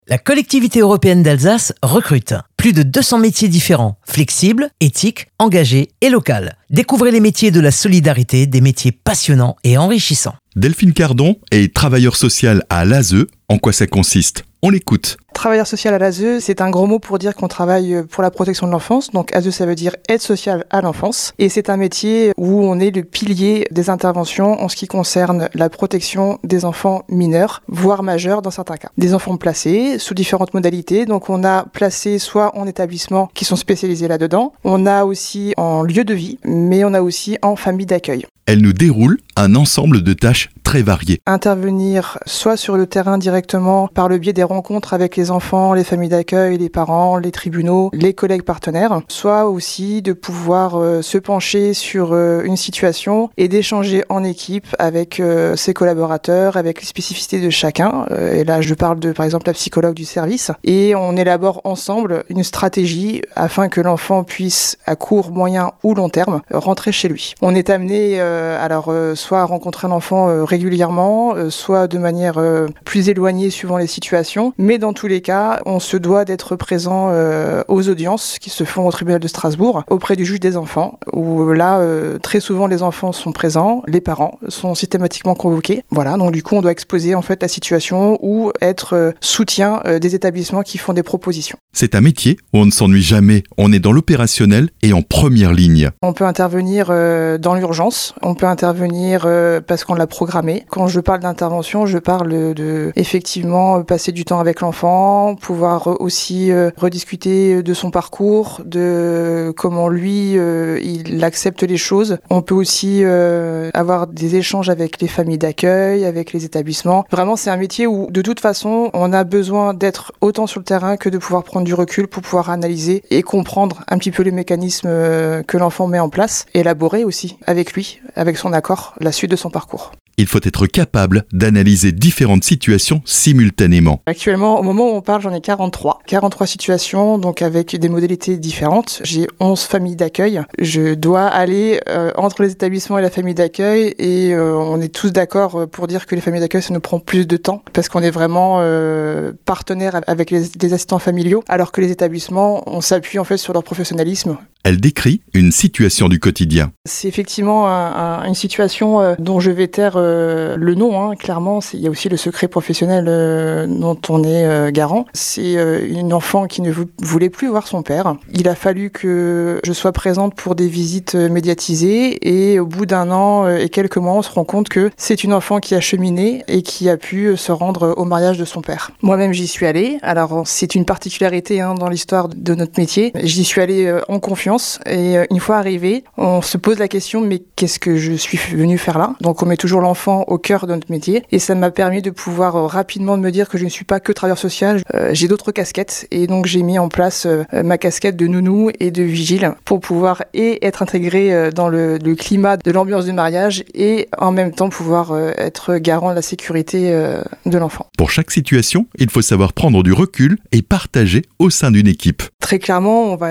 La collectivité européenne d'Alsace recrute. Plus de 200 métiers différents, flexibles, éthiques, engagés et locaux. Découvrez les métiers de la solidarité, des métiers passionnants et enrichissants. Delphine Cardon est travailleur social à l'ASE. En quoi ça consiste ? On l'écoute. Travailleur social à l'ASE, c'est un gros mot pour dire qu'on travaille pour la protection de l'enfance. Donc ASE, ça veut dire aide sociale à l'enfance. Et c'est un métier où on est le pilier des interventions en ce qui concerne la protection des enfants mineurs, voire majeurs dans certains cas. Des enfants placés sous différentes modalités. Donc on a placé soit en établissement qui sont spécialisés là-dedans. On a aussi en lieu de vie, mais on a aussi en famille d'accueil. Elle nous déroule un ensemble de tâches très variées. Intervenir soit sur le terrain directement par le biais des rencontres avec les enfants, les familles d'accueil, les parents, les tribunaux, les collègues partenaires, soit aussi de pouvoir se pencher sur une situation et d'échanger en équipe avec ses collaborateurs, avec les spécificités de chacun. Et là, je parle de, par exemple, la psychologue du service. Et on élabore ensemble une stratégie afin que l'enfant puisse, à court, moyen ou long terme, rentrer chez lui. On est amené soit à rencontrer l'enfant régulièrement, soit de manière plus éloignée suivant les situations. Mais dans tous les cas, on se doit d'être présent aux audiences qui se font au tribunal de Strasbourg, auprès du juge des enfants, où là, très souvent, les enfants sont présents, les parents sont systématiquement convoqués. Voilà, donc du coup, on doit exposer en fait la situation ou être soutien des établissements qui font des propositions. C'est un métier où on ne s'ennuie jamais. On est dans l'opérationnel et en première ligne. On peut intervenir dans l'urgence, on peut intervenir parce qu'on l'a programmé. Quand je parle d'intervention, je parle de effectivement passer du temps avec l'enfant, pouvoir aussi rediscuter de son parcours, de comment lui il accepte les choses. On peut aussi avoir des échanges avec les familles d'accueil, avec les établissements. Vraiment, c'est un métier où de toute façon, on a besoin d'être autant sur le terrain que de pouvoir prendre du recul pour pouvoir analyser et comprendre un petit peu les mécanismes que l'enfant met en place, élaborer aussi avec lui, avec son accord, la suite de son parcours. Il faut être capable d'analyser différentes situations simultanément. Actuellement, au moment où on parle, j'en ai 43. 43 situations, donc avec des modalités différentes. J'ai 11 familles d'accueil. Je dois aller entre les établissements et la famille d'accueil et on est tous d'accord pour dire que les familles d'accueil, ça nous prend plus de temps parce qu'on est vraiment partenaire avec les assistants familiaux, alors que les établissements, on s'appuie en fait sur leur professionnalisme. Elle décrit une situation du quotidien. C'est effectivement une situation dont je vais taire le nom, clairement. Il y a aussi le secret professionnel dont on est garant. C'est une enfant qui ne voulait plus voir son père. Il a fallu que je sois présente pour des visites médiatisées et au bout d'un an et quelques mois, on se rend compte que c'est une enfant qui a cheminé et qui a pu se rendre au mariage de son père. Moi-même, j'y suis allée. Alors, c'est une particularité dans l'histoire de notre métier. J'y suis allée en confiance. Et une fois arrivé, on se pose la question, mais qu'est-ce que je suis venu faire là ? Donc on met toujours l'enfant au cœur de notre métier. Et ça m'a permis de pouvoir rapidement me dire que je ne suis pas que travailleur social, j'ai d'autres casquettes. Et donc j'ai mis en place ma casquette de nounou et de vigile pour pouvoir et être intégré dans le climat de l'ambiance du mariage et en même temps pouvoir être garant de la sécurité de l'enfant. Pour chaque situation, il faut savoir prendre du recul et partager au sein d'une équipe. Très clairement, on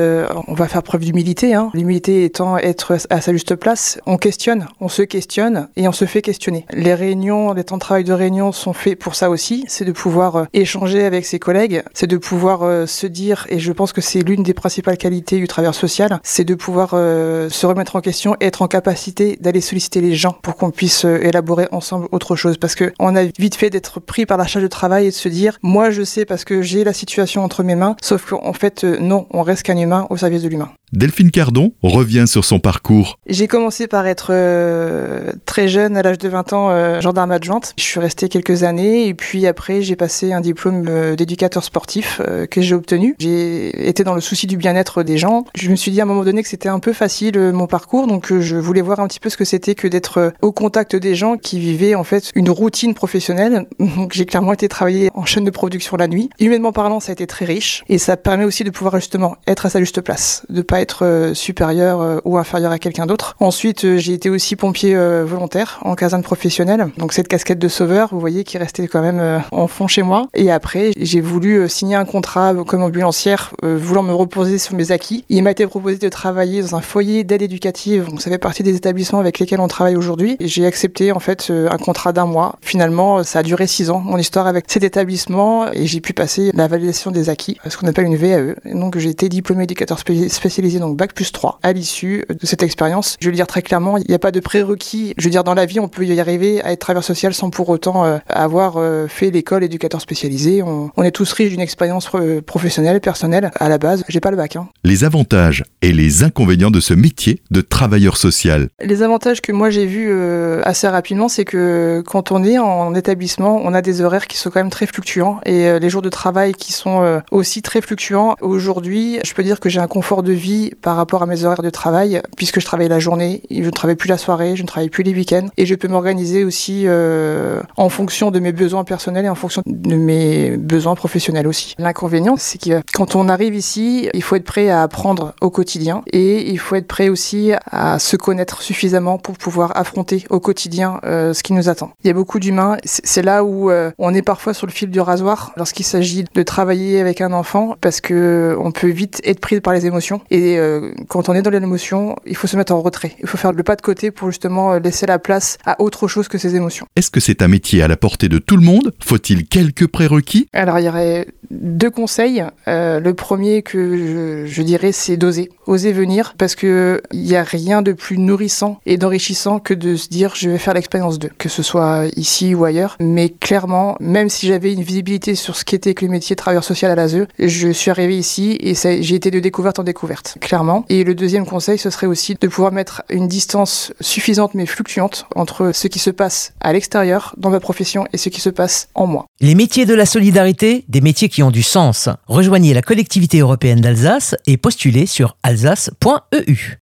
va faire preuve d'humilité. L'humilité étant être à sa juste place. On questionne, on se questionne et on se fait questionner. Les réunions, les temps de travail de réunion sont faits pour ça aussi. C'est de pouvoir échanger avec ses collègues. C'est de pouvoir se dire, et je pense que c'est l'une des principales qualités du travailleur social, c'est de pouvoir se remettre en question et être en capacité d'aller solliciter les gens pour qu'on puisse élaborer ensemble autre chose. Parce que on a vite fait d'être pris par la charge de travail et de se dire, moi je sais parce que j'ai la situation entre mes mains. Sauf qu'en fait, non, on reste qu'un humain au service de l'humain. Delphine Cardon revient sur son parcours. J'ai commencé par être très jeune, à l'âge de 20 ans, gendarme adjointe. Je suis restée quelques années et puis après j'ai passé un diplôme d'éducateur sportif que j'ai obtenu. J'ai été dans le souci du bien-être des gens. Je me suis dit à un moment donné que c'était un peu facile mon parcours, donc je voulais voir un petit peu ce que c'était que d'être au contact des gens qui vivaient en fait une routine professionnelle. Donc j'ai clairement été travailler en chaîne de production la nuit. Humainement parlant, ça a été très riche et ça permet aussi de pouvoir justement être à sa juste place, de pas pas être supérieur ou inférieur à quelqu'un d'autre. Ensuite, j'ai été aussi pompier volontaire en caserne professionnelle. Donc cette casquette de sauveur, vous voyez, qui restait quand même en fond chez moi. Et après, j'ai voulu signer un contrat comme ambulancière, voulant me reposer sur mes acquis. Il m'a été proposé de travailler dans un foyer d'aide éducative. Donc ça fait partie des établissements avec lesquels on travaille aujourd'hui. Et j'ai accepté en fait un contrat d'1 mois. Finalement, ça a duré 6 ans, mon histoire avec cet établissement, et j'ai pu passer la validation des acquis, ce qu'on appelle une VAE. Et donc j'ai été diplômé éducateur spécialisé, donc Bac+3, à l'issue de cette expérience. Je veux le dire très clairement, il n'y a pas de prérequis. Je veux dire, dans la vie, on peut y arriver à être travailleur social sans pour autant avoir fait l'école éducateur spécialisé. On est tous riches d'une expérience professionnelle, personnelle. À la base, j'ai pas le bac. Les avantages et les inconvénients de ce métier de travailleur social. Les avantages que moi j'ai vus assez rapidement, c'est que quand on est en établissement, on a des horaires qui sont quand même très fluctuants et les jours de travail qui sont aussi très fluctuants. Aujourd'hui, je peux dire que j'ai un confort de vie par rapport à mes horaires de travail, puisque je travaille la journée, je ne travaille plus la soirée, je ne travaille plus les week-ends, et je peux m'organiser aussi en fonction de mes besoins personnels et en fonction de mes besoins professionnels aussi. L'inconvénient, c'est que quand on arrive ici, il faut être prêt à apprendre au quotidien et il faut être prêt aussi à se connaître suffisamment pour pouvoir affronter au quotidien ce qui nous attend. Il y a beaucoup d'humains, c'est là où on est parfois sur le fil du rasoir lorsqu'il s'agit de travailler avec un enfant, parce que on peut vite être pris par les émotions, et quand on est dans l'émotion, il faut se mettre en retrait, il faut faire le pas de côté pour justement laisser la place à autre chose que ses émotions. Est-ce que c'est un métier à la portée de tout le monde ? Faut-il quelques prérequis ? Alors il y aurait 2 conseils. Le premier que je dirais, c'est d'oser. Oser venir, parce que il n'y a rien de plus nourrissant et d'enrichissant que de se dire je vais faire l'expérience 2, que ce soit ici ou ailleurs. Mais clairement, même si j'avais une visibilité sur ce qu'était que le métier de travailleur social à l'ASE, je suis arrivé ici et j'ai été de découverte en découverte, clairement. Et le deuxième conseil, ce serait aussi de pouvoir mettre une distance suffisante mais fluctuante entre ce qui se passe à l'extérieur dans ma profession et ce qui se passe en moi. Les métiers de la solidarité, des métiers qui ont du sens. Rejoignez la collectivité européenne d'Alsace et postulez sur alsace.eu.